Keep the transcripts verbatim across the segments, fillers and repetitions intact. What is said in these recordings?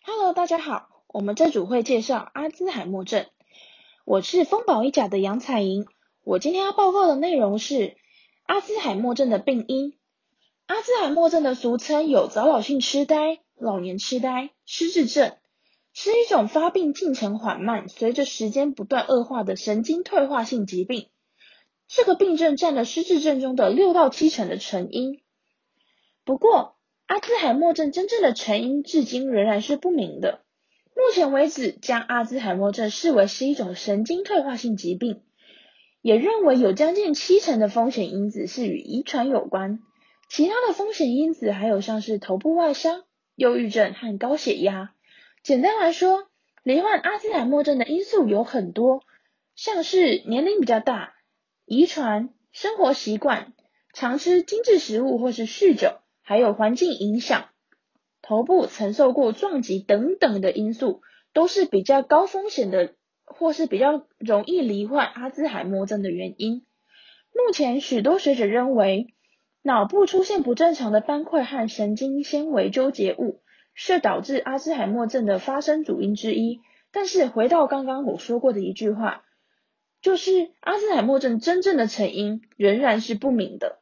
Hello，大家好，我们这组会介绍阿兹海默症。我是风保一甲的杨彩莹，我今天要报告的内容是阿兹海默症的病因。阿兹海默症的俗称有早老性痴呆、老年痴呆、失智症，是一种发病进程缓慢、随着时间不断恶化的神经退化性疾病。这个病症占了失智症中的六到七成的成因。不过，阿兹海默症真正的成因至今仍然是不明的。目前为止，将阿兹海默症视为是一种神经退化性疾病，也认为有将近七成的风险因子是与遗传有关。其他的风险因子还有像是头部外伤、忧郁症和高血压。简单来说，罹患阿兹海默症的因素有很多，像是年龄比较大、遗传、生活习惯、常吃精致食物或是酗酒，还有环境影响、头部曾受过撞击等等的因素，都是比较高风险的，或是比较容易罹患阿兹海默症的原因。目前许多学者认为，脑部出现不正常的斑块和神经纤维纠结物是导致阿兹海默症的发生主因之一。但是回到刚刚我说过的一句话，就是阿兹海默症真正的成因仍然是不明的。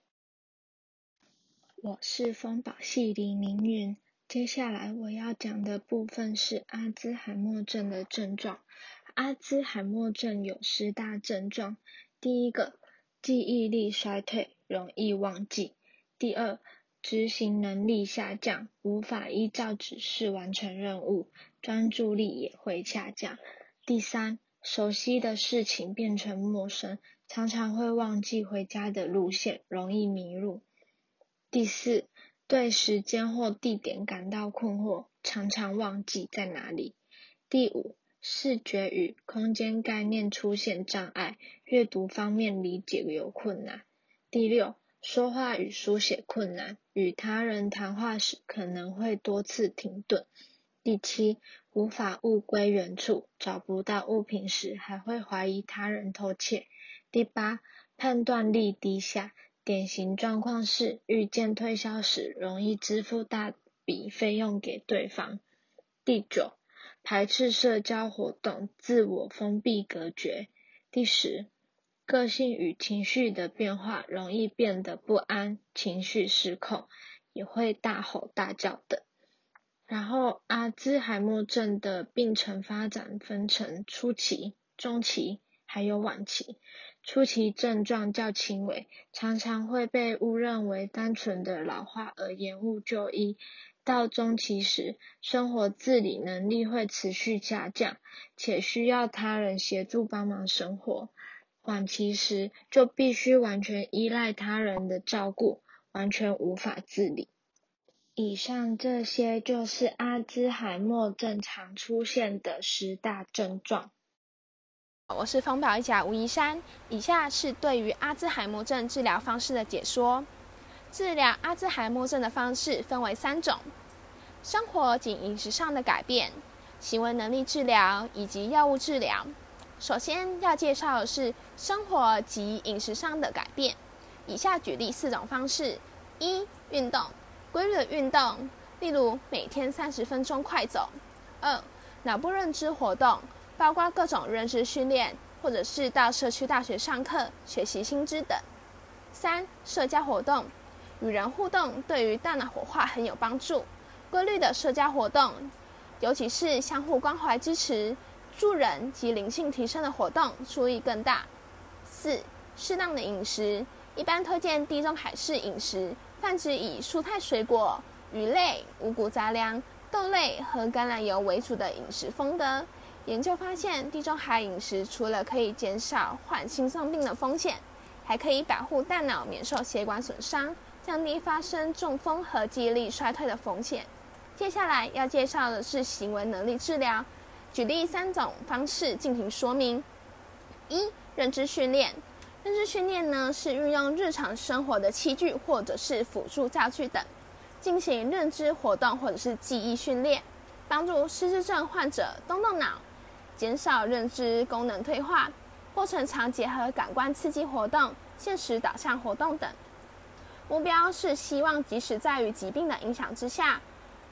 我是风保系李明云，接下来我要讲的部分是阿兹海默症的症状。阿兹海默症有十大症状。第一个，记忆力衰退，容易忘记。第二，执行能力下降，无法依照指示完成任务，专注力也会下降。第三，熟悉的事情变成陌生，常常会忘记回家的路线，容易迷路。第四，对时间或地点感到困惑，常常忘记在哪里。第五，视觉与空间概念出现障碍，阅读方面理解有困难。第六，说话与书写困难，与他人谈话时可能会多次停顿。第七，无法物归原处，找不到物品时还会怀疑他人偷窃。第八，判断力低下，典型状况是遇见推销时容易支付大笔费用给对方。第九，排斥社交活动，自我封闭隔绝。第十，个性与情绪的变化，容易变得不安，情绪失控，也会大吼大叫等。然后阿兹海默症的病程发展分成初期、中期还有晚期。初期症状较轻微，常常会被误认为单纯的老化而延误就医。到中期时，生活自理能力会持续下降，且需要他人协助帮忙生活。晚期时，就必须完全依赖他人的照顾，完全无法自理。以上这些就是阿兹海默症常出现的十大症状。 我是风保一甲吴怡珊，以下是对于阿兹海默症治疗方式的解说。治疗阿兹海默症的方式分为三种：生活及饮食上的改变、行为能力治疗以及药物治疗。首先要介绍的是生活及饮食上的改变。以下举例四种方式：一、运动，规律的运动，例如每天三十分钟快走；二、脑部认知活动，包括各种认知训练，或者是到社区大学上课学习新知等。三、社交活动，与人互动对于大脑活化很有帮助。规律的社交活动，尤其是相互关怀支持、助人及灵性提升的活动，注意更大。四、适当的饮食，一般推荐地中海式饮食，泛指以蔬菜水果、鱼类、五谷杂粮、豆类和橄榄油为主的饮食风格。研究发现，地中海饮食除了可以减少患心脏病的风险，还可以保护大脑免受血管损伤，降低发生中风和记忆力衰退的风险。接下来要介绍的是行为能力治疗，举例三种方式进行说明。一、认知训练。认知训练呢，是运用日常生活的器具或者是辅助教具等，进行认知活动或者是记忆训练，帮助失智症患者动动脑，减少认知功能退化。过程常结合感官刺激活动、现实导向活动等。目标是希望即使在于疾病的影响之下，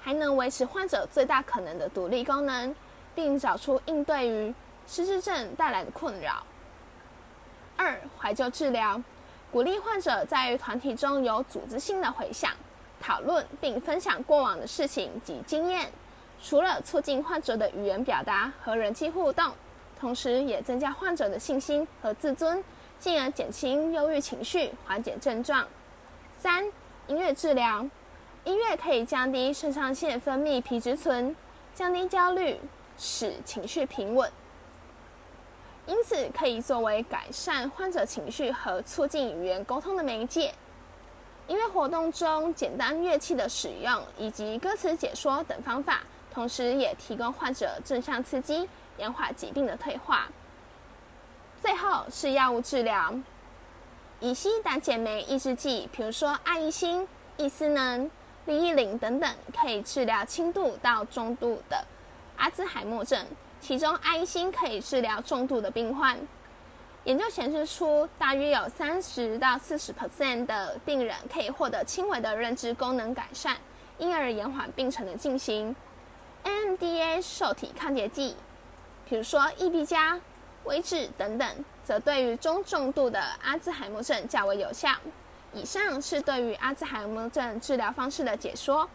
还能维持患者最大可能的独立功能，并找出应对于失智症带来的困扰。二、怀旧治疗，鼓励患者在于团体中有组织性的回想、讨论并分享过往的事情及经验，除了促进患者的语言表达和人际互动，同时也增加患者的信心和自尊，进而减轻忧郁情绪，缓解症状。三、音乐治疗，音乐可以降低肾上腺分泌皮质醇，降低焦虑，使情绪平稳，因此可以作为改善患者情绪和促进语言沟通的媒介。音乐活动中简单乐器的使用以及歌词解说等方法，同时也提供患者正向刺激，延缓疾病的退化。最后是药物治疗，乙酰胆碱酶抑制剂，比如说爱益欣、益思能、利益林等等，可以治疗轻度到中度的阿兹海默症，其中爱益欣可以治疗重度的病患。研究显示出，大约有 百分之三十到百分之四十 的病人可以获得轻微的认知功能改善，因而延缓病程的进行。N M D A 受体抗结剂，比如说益必佳、威制等等，则对于中重度的阿兹海默症较为有效。以上是对于阿兹海默症治疗方式的解说。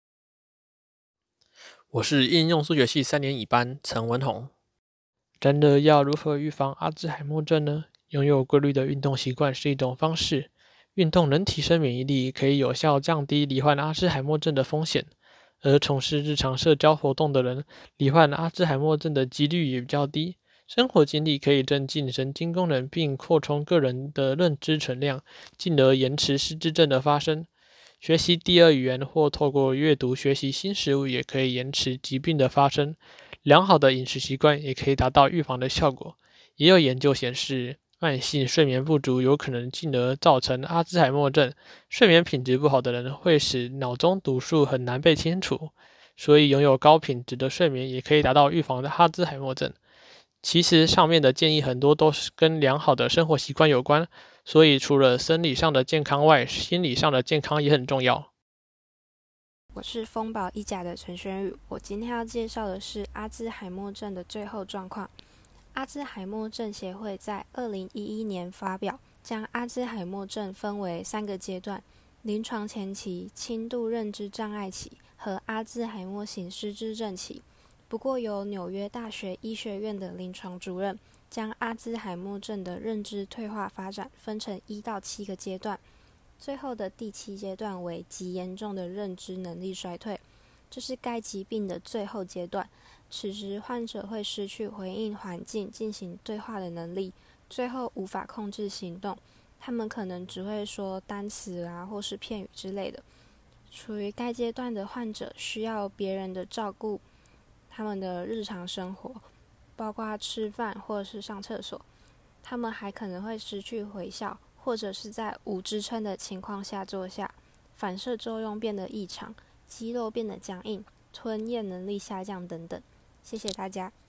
我是应用数学系三年乙班陈文宏。然而，要如何预防阿兹海默症呢？拥有规律的运动习惯是一种方式。运动能提升免疫力，可以有效降低罹患阿兹海默症的风险。而从事日常社交活动的人，罹患阿兹海默症的几率也比较低。生活经历可以增进神经功能，并扩充个人的认知存量，进而延迟失智症的发生。学习第二语言或透过阅读学习新事物，也可以延迟疾病的发生。良好的饮食习惯也可以达到预防的效果。也有研究显示，慢性睡眠不足有可能进而造成阿兹海默症。睡眠品质不好的人会使脑中毒素很难被清除，所以拥有高品质的睡眠也可以达到预防的阿兹海默症。其实上面的建议很多都是跟良好的生活习惯有关，所以除了生理上的健康外，心理上的健康也很重要。 我是丰宝一甲的陈轩宇，我今天要介绍的是阿兹海默症的最后状况。阿兹海默症协会在二零一一年发表，将阿兹海默症分为三个阶段：临床前期、轻度认知障碍期和阿兹海默型失智症期。不过由纽约大学医学院的临床主任将阿兹海默症的认知退化发展分成一到七个阶段。最后的第七阶段为极严重的认知能力衰退，这是该疾病的最后阶段。此时患者会失去回应环境进行对话的能力，最后无法控制行动，他们可能只会说单词啊或是片语之类的。处于该阶段的患者需要别人的照顾他们的日常生活，包括吃饭或者是上厕所。他们还可能会失去回笑，或者是在无支撑的情况下坐下，反射作用变得异常，肌肉变得僵硬，吞咽能力下降等等。谢谢大家。